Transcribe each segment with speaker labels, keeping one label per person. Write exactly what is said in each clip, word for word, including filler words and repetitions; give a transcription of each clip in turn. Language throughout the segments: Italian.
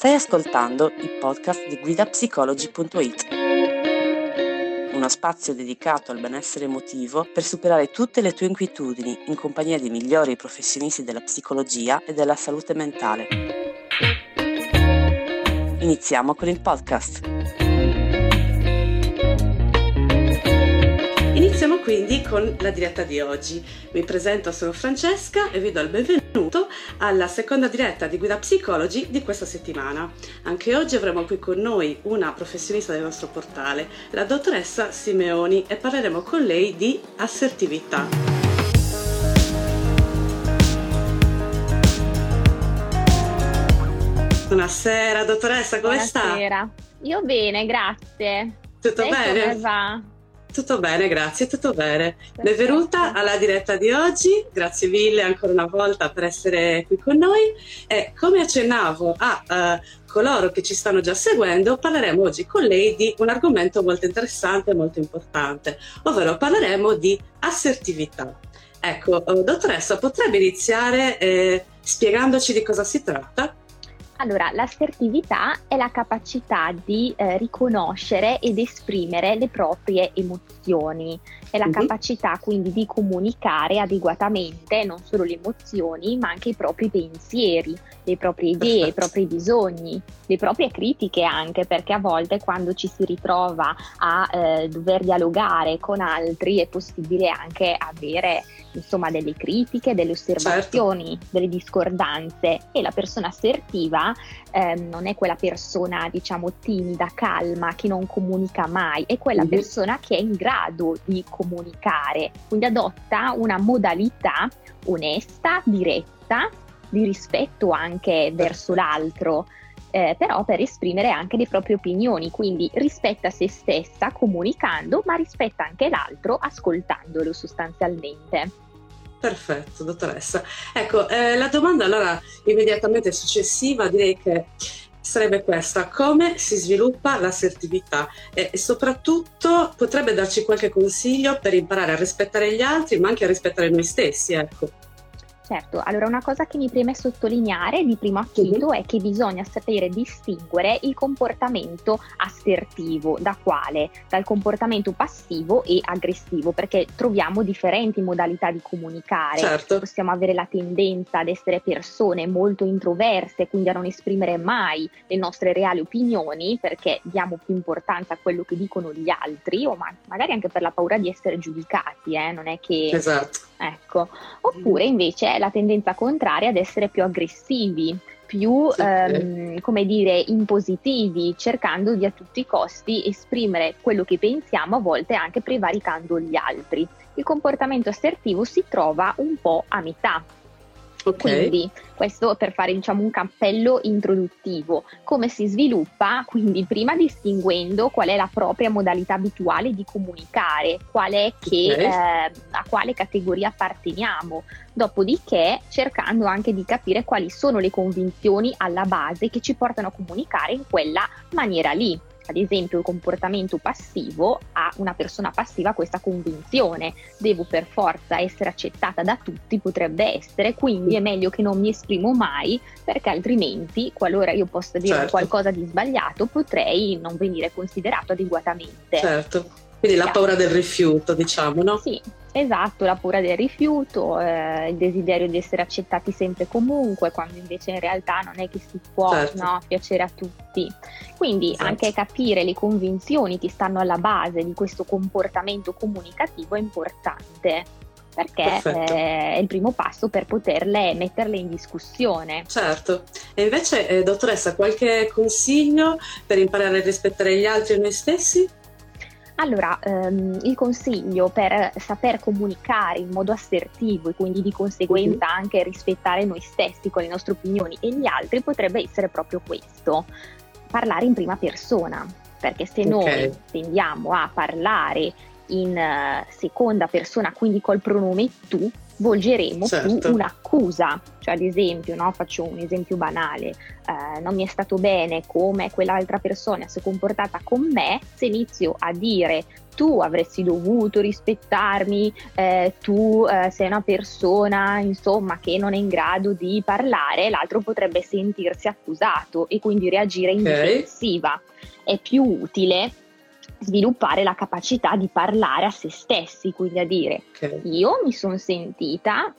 Speaker 1: Stai ascoltando il podcast di guida psicologi punto it, uno spazio dedicato al benessere emotivo per superare tutte le tue inquietudini in compagnia dei migliori professionisti della psicologia e della salute mentale. Iniziamo con il podcast. Iniziamo quindi con la diretta di oggi. Mi presento, sono Francesca e vi do il benvenuto alla seconda diretta di Guida Psicologi di questa settimana. Anche oggi avremo qui con noi una professionista del nostro portale, la dottoressa Simeoni, e parleremo con lei di assertività. Buonasera dottoressa, come
Speaker 2: Buonasera.
Speaker 1: sta?
Speaker 2: Buonasera, io bene, grazie.
Speaker 1: Tutto
Speaker 2: Lei
Speaker 1: bene?
Speaker 2: come va?
Speaker 1: Tutto bene, grazie, tutto bene.
Speaker 2: Perfetto.
Speaker 1: Benvenuta alla diretta di oggi, grazie mille ancora una volta per essere qui con noi. E come accennavo a uh, coloro che ci stanno già seguendo, parleremo oggi con lei di un argomento molto interessante e molto importante, ovvero parleremo di assertività. Ecco, uh, dottoressa, potrebbe iniziare eh, spiegandoci di cosa si tratta?
Speaker 2: Allora, l'assertività è la capacità di eh, riconoscere ed esprimere le proprie emozioni, è la
Speaker 1: Mhm.
Speaker 2: capacità quindi di comunicare adeguatamente non solo le emozioni, ma anche i propri pensieri, le proprie idee, i
Speaker 1: Perfetto.
Speaker 2: propri bisogni, le proprie critiche anche, perché a volte quando ci si ritrova a eh, dover dialogare con altri è possibile anche avere insomma delle critiche, delle osservazioni, delle discordanze, e la persona assertiva ehm, non è quella persona diciamo timida, calma, che non comunica mai, è quella
Speaker 1: Mhm.
Speaker 2: persona che è in grado di comunicare, quindi adotta una modalità onesta, diretta, di rispetto anche verso l'altro, eh, però per esprimere anche le proprie opinioni, quindi rispetta se stessa comunicando, ma rispetta anche l'altro ascoltandolo sostanzialmente.
Speaker 1: Perfetto, dottoressa. Ecco, eh, la domanda allora immediatamente successiva direi che sarebbe questa: come si sviluppa l'assertività? E, e soprattutto potrebbe darci qualche consiglio per imparare a rispettare gli altri, ma anche a rispettare noi stessi, ecco.
Speaker 2: Certo, allora una cosa che mi preme sottolineare di primo acchito
Speaker 1: Mhm.
Speaker 2: è che bisogna sapere distinguere il comportamento assertivo da quale? Dal comportamento passivo e aggressivo, perché troviamo differenti modalità di comunicare.
Speaker 1: Certo,
Speaker 2: Possiamo avere la tendenza ad essere persone molto introverse, quindi a non esprimere mai le nostre reali opinioni, perché diamo più importanza a quello che dicono gli altri, o ma- magari anche per la paura di essere giudicati, eh? Non è che...
Speaker 1: esatto.
Speaker 2: Ecco, oppure invece la tendenza contraria ad essere più aggressivi, più,
Speaker 1: Sì,
Speaker 2: ehm, come dire, impositivi, cercando di a tutti i costi esprimere quello che pensiamo, a volte anche prevaricando gli altri. Il comportamento assertivo si trova un po' a metà.
Speaker 1: Ok.
Speaker 2: Quindi questo per fare diciamo un cappello introduttivo, come si sviluppa, quindi prima distinguendo qual è la propria modalità abituale di comunicare, qual è che,
Speaker 1: Ok.
Speaker 2: eh, a quale categoria apparteniamo, dopodiché cercando anche di capire quali sono le convinzioni alla base che ci portano a comunicare in quella maniera lì. Ad esempio il comportamento passivo, ha una persona passiva questa convinzione: devo per forza essere accettata da tutti, potrebbe essere, quindi è meglio che non mi esprimo mai, perché altrimenti qualora io possa dire
Speaker 1: Certo.
Speaker 2: qualcosa di sbagliato potrei non venire considerato adeguatamente.
Speaker 1: Certo. Quindi la paura del rifiuto, diciamo, no?
Speaker 2: Sì, esatto, la paura del rifiuto, eh, il desiderio di essere accettati sempre e comunque, quando invece in realtà non è che si può,
Speaker 1: Certo.
Speaker 2: no, piacere a tutti. Quindi
Speaker 1: Esatto.
Speaker 2: anche capire le convinzioni che stanno alla base di questo comportamento comunicativo è importante, perché
Speaker 1: Perfetto.
Speaker 2: eh, è il primo passo per poterle metterle in discussione.
Speaker 1: Certo. E invece, eh, dottoressa, qualche consiglio per imparare a rispettare gli altri e noi stessi?
Speaker 2: Allora, ehm, il consiglio per saper comunicare in modo assertivo e quindi di conseguenza
Speaker 1: Mhm.
Speaker 2: anche rispettare noi stessi con le nostre opinioni e gli altri potrebbe essere proprio questo: parlare in prima persona, perché se
Speaker 1: Ok.
Speaker 2: noi tendiamo a parlare in uh, seconda persona, quindi col pronome tu, volgeremo
Speaker 1: certo.
Speaker 2: più un'accusa. Cioè, ad esempio, no, faccio un esempio banale, eh, non mi è stato bene come quell'altra persona si è comportata con me, se inizio a dire tu avresti dovuto rispettarmi, eh, tu eh, sei una persona insomma che non è in grado di parlare, l'altro potrebbe sentirsi accusato e quindi reagire in
Speaker 1: okay.
Speaker 2: difensiva. È più utile sviluppare la capacità di parlare a se stessi, quindi a dire okay. io mi sono sentita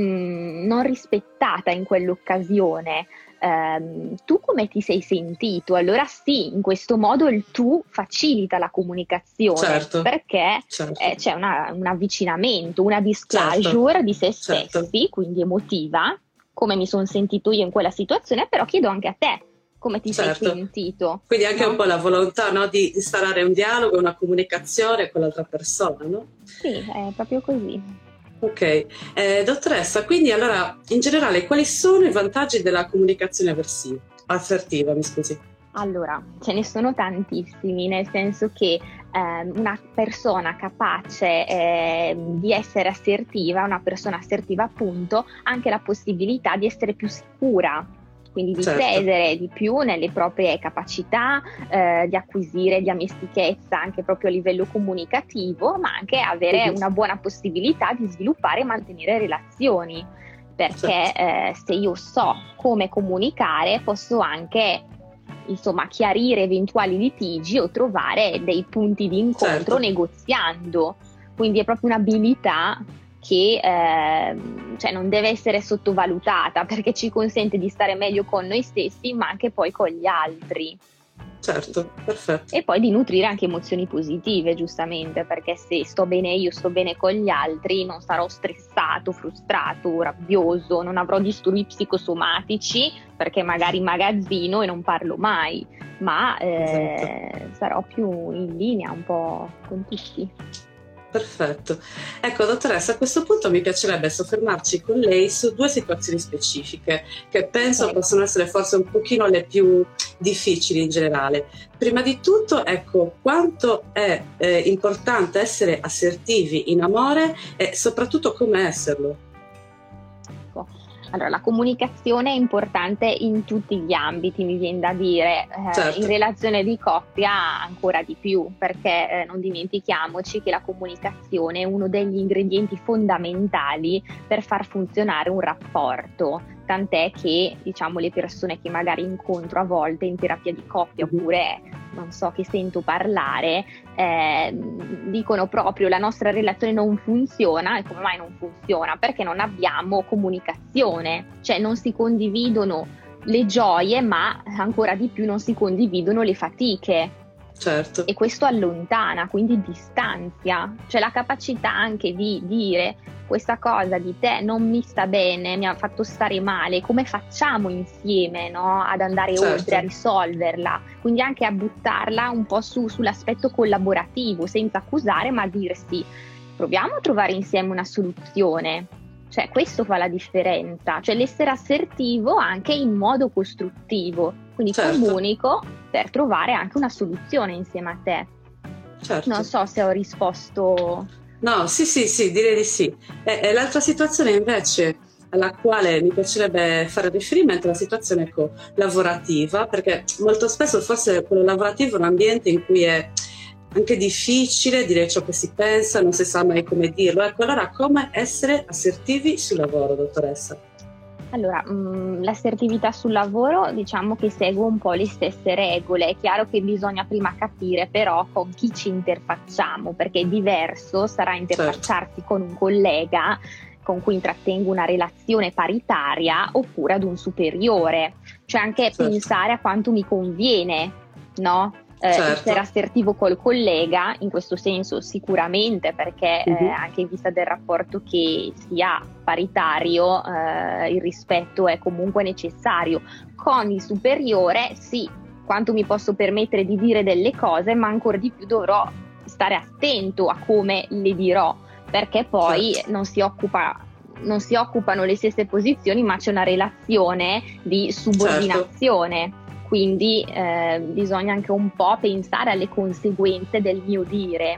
Speaker 2: mh, non rispettata in quell'occasione, ehm, tu come ti sei sentito? Allora sì, in questo modo il tu facilita la comunicazione, certo. perché certo. Eh, c'è una, un avvicinamento, una disclosure certo. di se stessi, certo. quindi emotiva, come mi sono sentito io in quella situazione, però chiedo anche a te come ti certo. sei sentito.
Speaker 1: Quindi anche
Speaker 2: no?
Speaker 1: un po' la volontà, no, di instaurare un dialogo, una comunicazione con l'altra persona, no?
Speaker 2: Sì, è proprio così.
Speaker 1: Ok, eh, dottoressa, quindi allora in generale quali sono i vantaggi della comunicazione avversiva, assertiva, mi scusi?
Speaker 2: Allora, ce ne sono tantissimi, nel senso che eh, una persona capace eh, di essere assertiva, una persona assertiva appunto, ha anche la possibilità di essere più sicura, quindi di certo. credere di più nelle proprie capacità, eh, di acquisire dimestichezza anche proprio a livello comunicativo, ma anche avere uh-huh. una buona possibilità di sviluppare e mantenere relazioni, perché certo. eh, se io so come comunicare posso anche insomma chiarire eventuali litigi o trovare dei punti di incontro certo. negoziando, quindi è proprio un'abilità che eh, cioè non deve essere sottovalutata, perché ci consente di stare meglio con noi stessi ma anche poi con gli altri.
Speaker 1: Certo, perfetto.
Speaker 2: E poi di nutrire anche emozioni positive, giustamente, perché se sto bene io, sto bene con gli altri, non sarò stressato, frustrato, rabbioso, non avrò disturbi psicosomatici perché magari magazzino e non parlo mai, ma eh, esatto. sarò più in linea un po' con tutti.
Speaker 1: Perfetto. Ecco, dottoressa, a questo punto mi piacerebbe soffermarci con lei su due situazioni specifiche che penso okay. possono essere forse un pochino le più difficili in generale. Prima di tutto, ecco, quanto è eh, importante essere assertivi in amore e soprattutto come esserlo.
Speaker 2: Allora, la comunicazione è importante in tutti gli ambiti, mi viene da dire, eh, certo. in relazione di coppia ancora di più, perché eh, non dimentichiamoci che la comunicazione è uno degli ingredienti fondamentali per far funzionare un rapporto, tant'è che diciamo le persone che magari incontro a volte in terapia di coppia mm-hmm. oppure non so che sento parlare, eh, dicono proprio la nostra relazione non funziona. E come mai non funziona? Perché non abbiamo comunicazione, cioè non si condividono le gioie ma ancora di più non si condividono le fatiche.
Speaker 1: Certo.
Speaker 2: E questo allontana, quindi distanzia, cioè la capacità anche di dire questa cosa di te non mi sta bene, mi ha fatto stare male, come facciamo insieme, no? Ad andare certo. oltre, a risolverla, quindi anche a buttarla un po' su, sull'aspetto collaborativo, senza accusare ma dirsi proviamo a trovare insieme una soluzione. Cioè questo fa la differenza, cioè l'essere assertivo anche in modo costruttivo, quindi certo. comunico per trovare anche una soluzione insieme a te.
Speaker 1: Certo.
Speaker 2: Non so se ho risposto.
Speaker 1: No, sì, sì, sì, direi di sì. E, e l'altra situazione invece alla quale mi piacerebbe fare riferimento è la situazione ecco, lavorativa, perché molto spesso forse quello lavorativo è un ambiente in cui è anche difficile dire ciò che si pensa, non si sa mai come dirlo. Ecco, allora come essere assertivi sul lavoro, dottoressa?
Speaker 2: Allora, mh, l'assertività sul lavoro diciamo che segue un po' le stesse regole. È chiaro che bisogna prima capire però con chi ci interfacciamo, perché diverso sarà interfacciarsi certo. con un collega con cui intrattengo una relazione paritaria oppure ad un superiore. Cioè anche certo. pensare a quanto mi conviene, no? Eh, certo. essere assertivo col collega, in questo senso sicuramente, perché uh-huh. eh, anche in vista del rapporto che si ha paritario eh, il rispetto è comunque necessario. Con il superiore sì, quanto mi posso permettere di dire delle cose, ma ancora di più dovrò stare attento a come le dirò, perché poi certo. non si occupa non si occupano le stesse posizioni, ma c'è una relazione di subordinazione. Certo. Quindi eh, bisogna anche un po' pensare alle conseguenze del mio dire.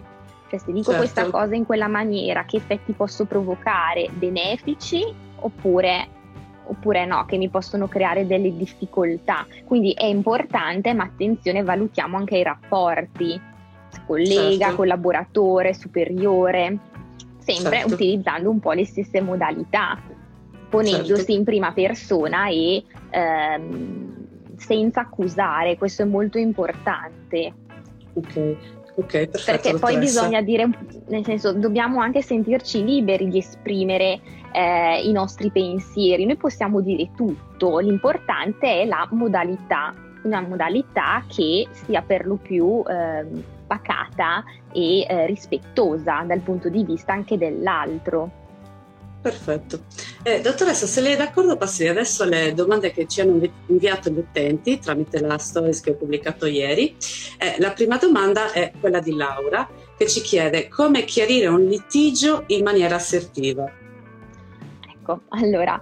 Speaker 2: Cioè, se dico
Speaker 1: certo.
Speaker 2: questa cosa in quella maniera, che effetti posso provocare? Benefici oppure, oppure no, che mi possono creare delle difficoltà? Quindi è importante, ma attenzione, valutiamo anche i rapporti, collega,
Speaker 1: Certo.
Speaker 2: collaboratore, superiore, sempre
Speaker 1: Certo.
Speaker 2: utilizzando un po' le stesse modalità, ponendosi
Speaker 1: Certo.
Speaker 2: in prima persona e ehm, senza accusare. Questo è molto importante.
Speaker 1: Ok, ok, perfetto.
Speaker 2: Perché poi
Speaker 1: dottoressa.
Speaker 2: bisogna dire, nel senso, dobbiamo anche sentirci liberi di esprimere eh, i nostri pensieri. Noi possiamo dire tutto, l'importante è la modalità, una modalità che sia per lo più eh, pacata e eh, rispettosa dal punto di vista anche dell'altro.
Speaker 1: Perfetto. Eh, dottoressa, se lei è d'accordo, passi adesso alle domande che ci hanno inviato gli utenti tramite la stories che ho pubblicato ieri. Eh, la prima domanda è quella di Laura, che ci chiede come chiarire un litigio in maniera assertiva.
Speaker 2: Ecco, allora,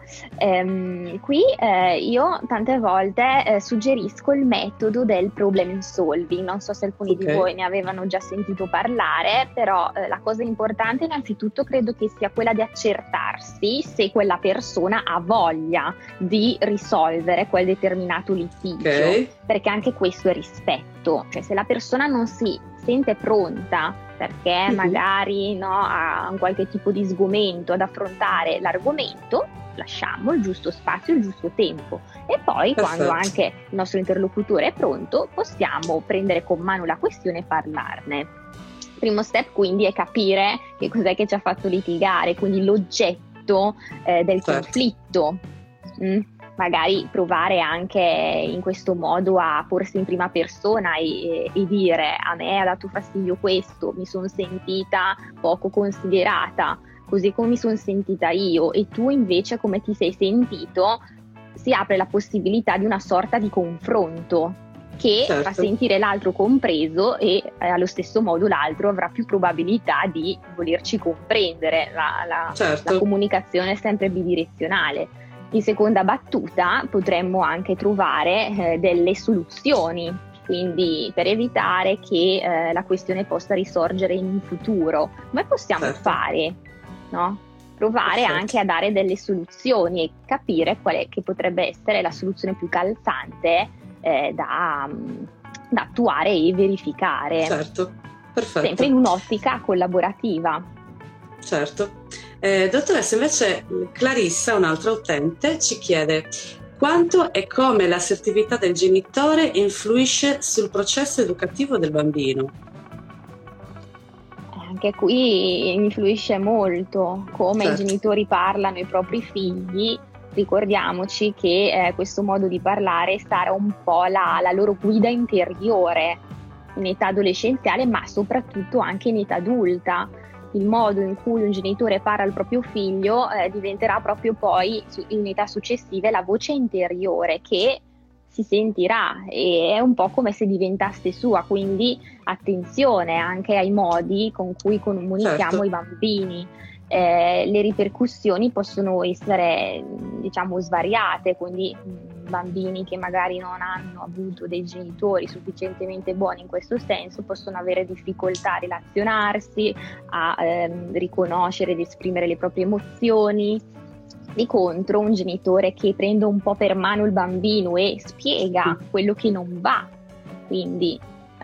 Speaker 2: ehm, qui eh, io tante volte eh, suggerisco il metodo del problem solving. Non so se alcuni
Speaker 1: Ok.
Speaker 2: di voi ne avevano già sentito parlare, però eh, la cosa importante innanzitutto credo che sia quella di accertarsi se quella persona ha voglia di risolvere quel determinato litigio,
Speaker 1: Ok.
Speaker 2: perché anche questo è rispetto. Cioè, se la persona non si sente pronta perché
Speaker 1: Mhm.
Speaker 2: magari no, ha un qualche tipo di sgomento ad affrontare l'argomento, lasciamo il giusto spazio, il giusto tempo, e poi
Speaker 1: Perfetto.
Speaker 2: quando anche il nostro interlocutore è pronto possiamo prendere con mano la questione e parlarne. Il primo step quindi è capire che cos'è che ci ha fatto litigare, quindi l'oggetto eh, del
Speaker 1: Certo.
Speaker 2: conflitto. Mm? Magari provare anche in questo modo a porsi in prima persona e, e dire: a me ha dato fastidio questo, mi sono sentita poco considerata, così come mi sono sentita io, e tu invece come ti sei sentito. Si apre la possibilità di una sorta di confronto che
Speaker 1: Certo.
Speaker 2: fa sentire l'altro compreso e eh, allo stesso modo l'altro avrà più probabilità di volerci comprendere. La, la,
Speaker 1: Certo.
Speaker 2: la comunicazione è sempre bidirezionale. In seconda battuta potremmo anche trovare eh, delle soluzioni, quindi per evitare che eh, la questione possa risorgere in un futuro. Come possiamo
Speaker 1: Certo.
Speaker 2: fare? No? Provare
Speaker 1: Perfetto.
Speaker 2: anche a dare delle soluzioni e capire qual è che potrebbe essere la soluzione più calzante eh, da, da attuare e verificare.
Speaker 1: Certo. Perfetto.
Speaker 2: Sempre in un'ottica collaborativa.
Speaker 1: Certo. Eh, dottoressa, invece Clarissa, un'altra utente, ci chiede quanto e come l'assertività del genitore influisce sul processo educativo del bambino.
Speaker 2: Anche qui influisce molto come
Speaker 1: Certo.
Speaker 2: i genitori parlano ai propri figli. Ricordiamoci che eh, questo modo di parlare sarà un po' la, la loro guida interiore in età adolescenziale, ma soprattutto anche in età adulta. Il modo in cui un genitore parla al proprio figlio eh, diventerà proprio poi in età successive la voce interiore che si sentirà, e è un po' come se diventasse sua, quindi attenzione anche ai modi con cui comunichiamo
Speaker 1: Certo.
Speaker 2: ai bambini. Eh, le ripercussioni possono essere, diciamo, svariate, quindi mh, bambini che magari non hanno avuto dei genitori sufficientemente buoni in questo senso possono avere difficoltà a relazionarsi, a ehm, riconoscere ed esprimere le proprie emozioni. Di contro, un genitore che prende un po' per mano il bambino e spiega quello che non va, quindi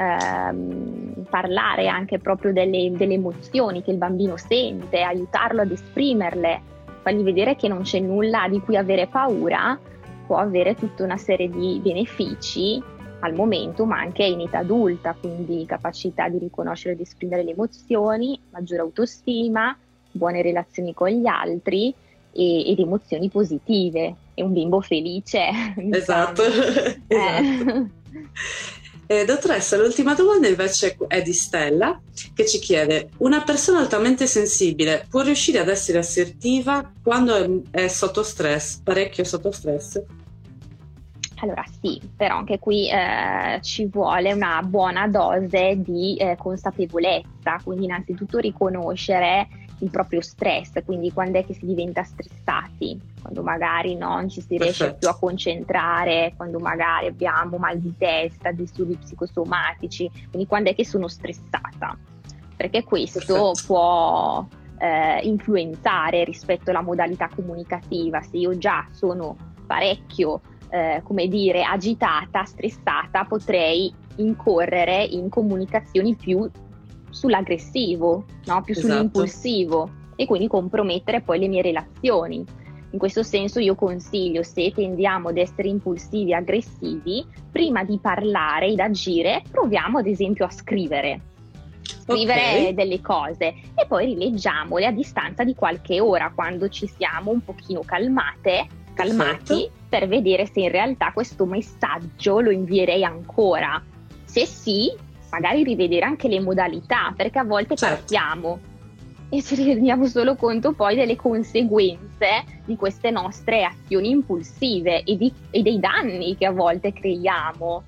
Speaker 2: ehm, parlare anche proprio delle, delle emozioni che il bambino sente, aiutarlo ad esprimerle, fargli vedere che non c'è nulla di cui avere paura, può avere tutta una serie di benefici al momento, ma anche in età adulta, quindi capacità di riconoscere ed esprimere le emozioni, maggiore autostima, buone relazioni con gli altri e, ed emozioni positive. È un bimbo felice.
Speaker 1: Esatto.
Speaker 2: Diciamo.
Speaker 1: Esatto. Eh, dottoressa, l'ultima domanda invece è di Stella, che ci chiede: una persona altamente sensibile può riuscire ad essere assertiva quando è, è sotto stress, parecchio sotto stress?
Speaker 2: Allora sì, però anche qui eh, ci vuole una buona dose di eh, consapevolezza, quindi innanzitutto riconoscere il proprio stress, quindi quando è che si diventa stressati, quando magari non ci si riesce
Speaker 1: Perfetto.
Speaker 2: più a concentrare, quando magari abbiamo mal di testa, disturbi psicosomatici, quindi quando è che sono stressata. perché questo
Speaker 1: Perfetto.
Speaker 2: può eh, influenzare rispetto alla modalità comunicativa. Se io già sono parecchio, eh, come dire, agitata, stressata, potrei incorrere in comunicazioni più sull'aggressivo, no? Più
Speaker 1: Esatto.
Speaker 2: sull'impulsivo, e quindi compromettere poi le mie relazioni. In questo senso io consiglio, se tendiamo ad essere impulsivi e aggressivi, prima di parlare ed agire, proviamo ad esempio a scrivere. Scrivere
Speaker 1: Okay.
Speaker 2: delle cose e poi rileggiamole a distanza di qualche ora, quando ci siamo un pochino calmate, calmati,
Speaker 1: Perfetto.
Speaker 2: per vedere se in realtà questo messaggio lo invierei ancora. Se sì, magari rivedere anche le modalità, perché a volte
Speaker 1: Certo.
Speaker 2: partiamo e ci rendiamo solo conto poi delle conseguenze di queste nostre azioni impulsive e, di, e dei danni che a volte creiamo.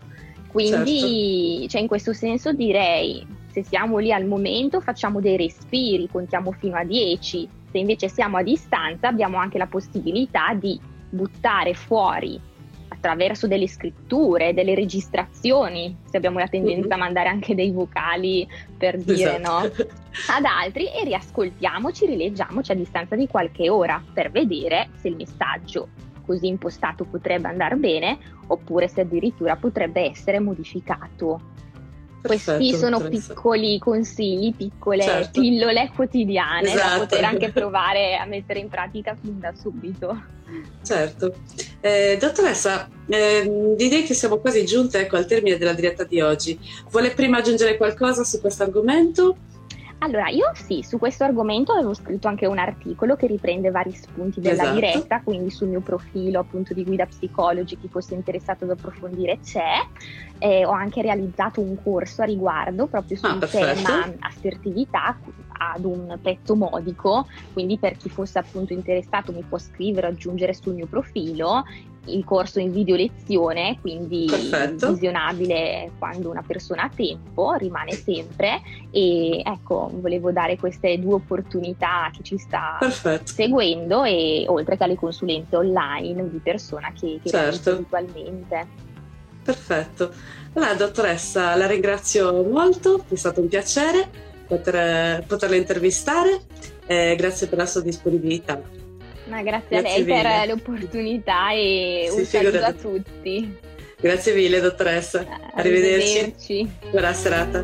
Speaker 2: Quindi,
Speaker 1: Certo.
Speaker 2: cioè, in questo senso direi, se siamo lì al momento facciamo dei respiri, contiamo fino a dieci. Se invece siamo a distanza abbiamo anche la possibilità di buttare fuori attraverso delle scritture, delle registrazioni, se abbiamo la tendenza
Speaker 1: Mm-hmm.
Speaker 2: a mandare anche dei vocali per dire,
Speaker 1: Esatto.
Speaker 2: no, ad altri, e riascoltiamoci, rileggiamoci a distanza di qualche ora per vedere se il messaggio così impostato potrebbe andare bene oppure se addirittura potrebbe essere modificato.
Speaker 1: Perfetto,
Speaker 2: Questi sono
Speaker 1: dottoressa.
Speaker 2: piccoli consigli, piccole
Speaker 1: Certo.
Speaker 2: pillole quotidiane da
Speaker 1: Esatto.
Speaker 2: poter anche provare a mettere in pratica fin da subito.
Speaker 1: Certo. Eh, dottoressa, eh, direi che siamo quasi giunte, ecco, al termine della diretta di oggi. Vuole prima aggiungere qualcosa su questo argomento?
Speaker 2: Allora, io sì, su questo argomento avevo scritto anche un articolo che riprende vari spunti della
Speaker 1: Esatto.
Speaker 2: diretta, quindi sul mio profilo appunto di Guida Psicologi, chi fosse interessato ad approfondire c'è. Eh, ho anche realizzato un corso a riguardo proprio sul
Speaker 1: Ah, perfetto.
Speaker 2: tema assertività ad un prezzo modico, quindi per chi fosse appunto interessato mi può scrivere o aggiungere sul mio profilo. Il corso in video lezione, quindi
Speaker 1: Perfetto.
Speaker 2: visionabile quando una persona ha tempo, rimane sempre. E ecco, volevo dare queste due opportunità a chi ci sta
Speaker 1: Perfetto.
Speaker 2: seguendo, e oltre che alle consulenze online o di persona che, che
Speaker 1: Certo.
Speaker 2: realizzo abitualmente.
Speaker 1: Perfetto. Allora, dottoressa, la ringrazio molto, è stato un piacere poter, poterla intervistare. Eh, grazie per la sua disponibilità.
Speaker 2: Ma grazie,
Speaker 1: Grazie
Speaker 2: a lei
Speaker 1: mille.
Speaker 2: per l'opportunità e
Speaker 1: Sì,
Speaker 2: un saluto a
Speaker 1: figurati.
Speaker 2: tutti.
Speaker 1: Grazie mille, dottoressa. Arrivederci.
Speaker 2: Arrivederci.
Speaker 1: Buona serata.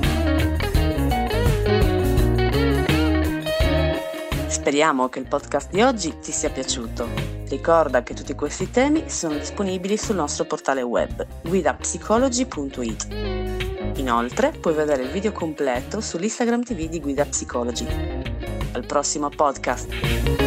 Speaker 3: Speriamo che il podcast di oggi ti sia piaciuto. Ricorda che tutti questi temi sono disponibili sul nostro portale web guida psicologi punto it. Inoltre puoi vedere il video completo sull'Instagram T V di Guida Psicologi. Al prossimo podcast!